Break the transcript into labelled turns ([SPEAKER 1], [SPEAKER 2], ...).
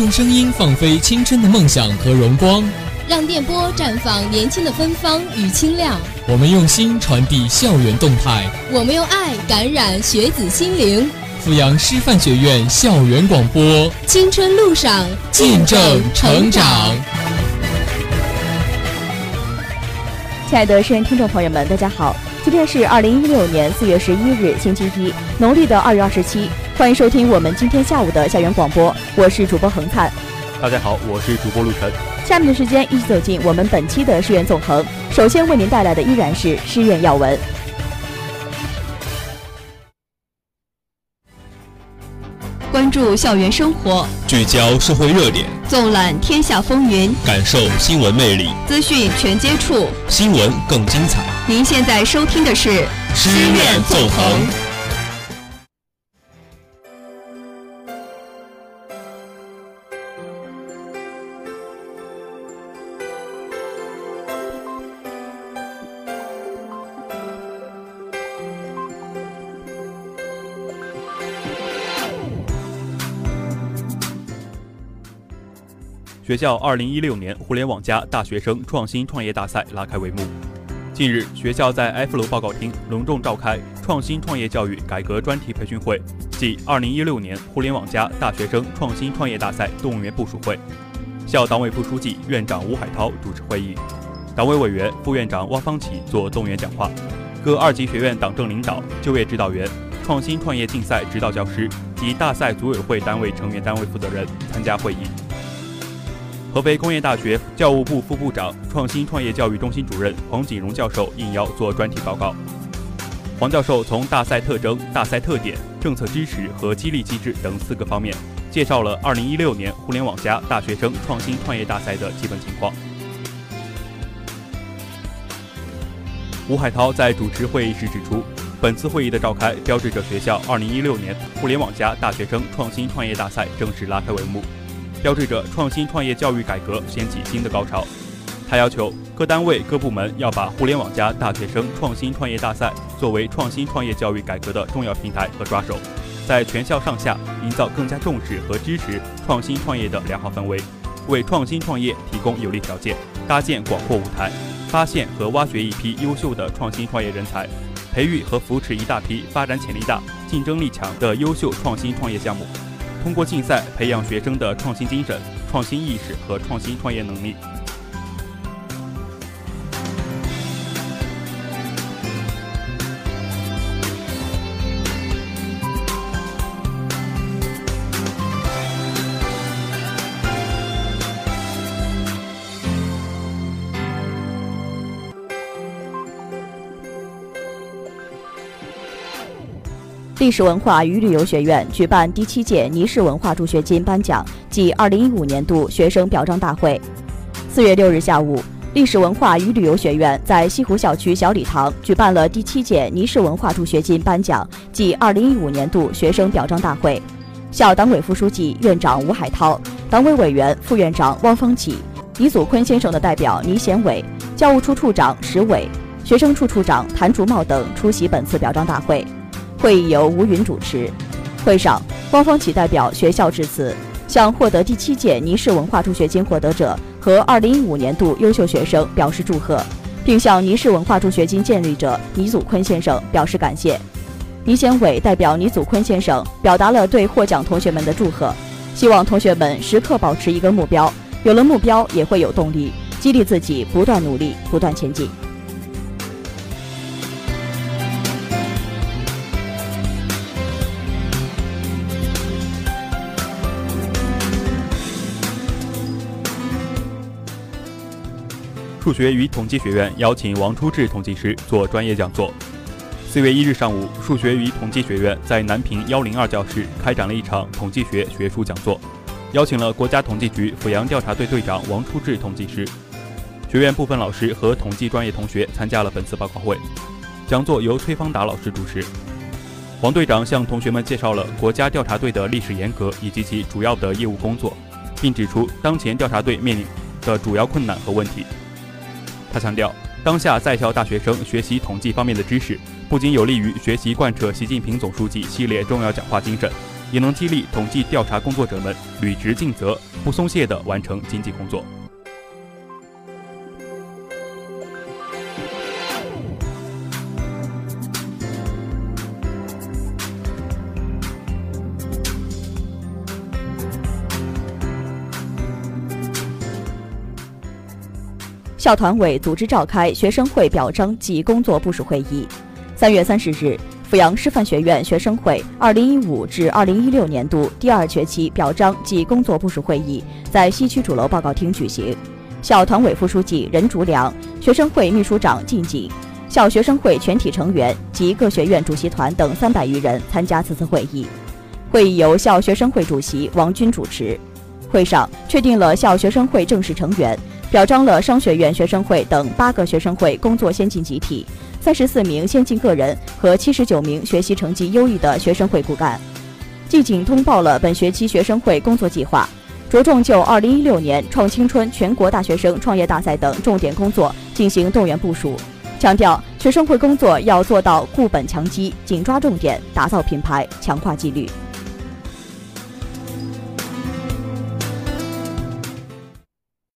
[SPEAKER 1] 用声音放飞青春的梦想和荣光，
[SPEAKER 2] 让电波绽放年轻的芬芳与清亮。
[SPEAKER 1] 我们用心传递校园动态，
[SPEAKER 2] 我们用爱感染学子心灵。
[SPEAKER 1] 阜阳师范学院校园广播，
[SPEAKER 2] 青春路上
[SPEAKER 1] 见证成长。
[SPEAKER 3] 亲爱的师院听众朋友们，大家好，今天是2016年4月11日，星期一，农历的2月27。欢迎收听我们今天下午的校园广播，我是主播恒灿。
[SPEAKER 4] 大家好，我是主播陆晨。
[SPEAKER 3] 下面的时间一起走进我们本期的师院纵横。首先为您带来的依然是师院要闻。关注校园生活，
[SPEAKER 5] 聚焦社会热点，
[SPEAKER 3] 纵览天下风云，
[SPEAKER 5] 感受新闻魅力，
[SPEAKER 3] 资讯全接触，
[SPEAKER 5] 新闻更精彩。
[SPEAKER 3] 您现在收听的是
[SPEAKER 5] 师院纵横。
[SPEAKER 4] 学校2016年互联网+大学生创新创业大赛拉开帷幕。近日，学校在 F 楼报告厅隆重召开创新创业教育改革专题培训会暨2016年互联网+大学生创新创业大赛动员部署会。校党委副书记、院长吴海涛主持会议，党委委员、副院长汪方启作动员讲话。各2级学院党政领导、就业指导员、创新创业竞赛指导教师及大赛组委会单位成员单位负责人参加会议。合肥工业大学教务部副部长、创新创业教育中心主任黄锦荣教授应邀做专题报告。黄教授从大赛特征、大赛特点、政策支持和激励机制等4个方面，介绍了2016年互联网+大学生创新创业大赛的基本情况。吴海涛在主持会议时指出，本次会议的召开标志着学校2016年互联网+大学生创新创业大赛正式拉开帷幕，标志着创新创业教育改革掀起新的高潮。他要求各单位各部门要把互联网+大学生创新创业大赛作为创新创业教育改革的重要平台和抓手，在全校上下营造更加重视和支持创新创业的良好氛围，为创新创业提供有利条件，搭建广阔舞台，发现和挖掘一批优秀的创新创业人才，培育和扶持一大批发展潜力大、竞争力强的优秀创新创业项目。通过竞赛培养学生的创新精神、创新意识和创新创业能力。
[SPEAKER 3] 历史文化与旅游学院举办第7届尼氏文化助学金颁奖暨2015年度学生表彰大会。4月6日下午，历史文化与旅游学院在西湖校区小礼堂举办了第7届尼氏文化助学金颁奖暨2015年度学生表彰大会。校党委副书记、院长吴海涛，党委委员、副院长汪方启，倪祖坤先生的代表倪贤伟，教务处处长石伟，学生处处长谭竹茂等出席本次表彰大会。会议由吴云主持。会上，汪方启代表学校致辞，向获得第7届尼氏文化助学金获得者和2015年度优秀学生表示祝贺，并向尼氏文化助学金建立者倪祖坤先生表示感谢。倪贤伟代表倪祖坤先生表达了对获奖同学们的祝贺，希望同学们时刻保持一个目标，有了目标也会有动力，激励自己不断努力，不断前进。
[SPEAKER 4] 数学与统计学院邀请王初志统计师做专业讲座。4月1日上午，数学与统计学院在南平102教室开展了一场统计学学术讲座，邀请了国家统计局阜阳调查队队长王初志统计师。学院部分老师和统计专业同学参加了本次报告会。讲座由崔方达老师主持。王队长向同学们介绍了国家调查队的历史沿革以及其主要的业务工作，并指出当前调查队面临的主要困难和问题。他强调，当下在校大学生学习统计方面的知识，不仅有利于学习贯彻习近平总书记系列重要讲话精神， 也能激励统计调查工作者们履职尽责、不松懈地完成经济工作。
[SPEAKER 3] 校团委组织召开学生会表彰暨工作部署会议。3月30日，阜阳师范学院学生会2015至2016年度第2学期表彰暨工作部署会议在西区主楼报告厅举行。校团委副书记任竹良、学生会秘书长靳景、校学生会全体成员及各学院主席团等300余人参加此次会议。会议由校学生会主席王军主持。会上确定了校学生会正式成员，表彰了商学院学生会等8个学生会工作先进集体、34名先进个人和79名学习成绩优异的学生会骨干。靳景通报了本学期学生会工作计划，着重就2016年创青春全国大学生创业大赛等重点工作进行动员部署，强调学生会工作要做到固本强基，紧抓重点，打造品牌，强化纪律。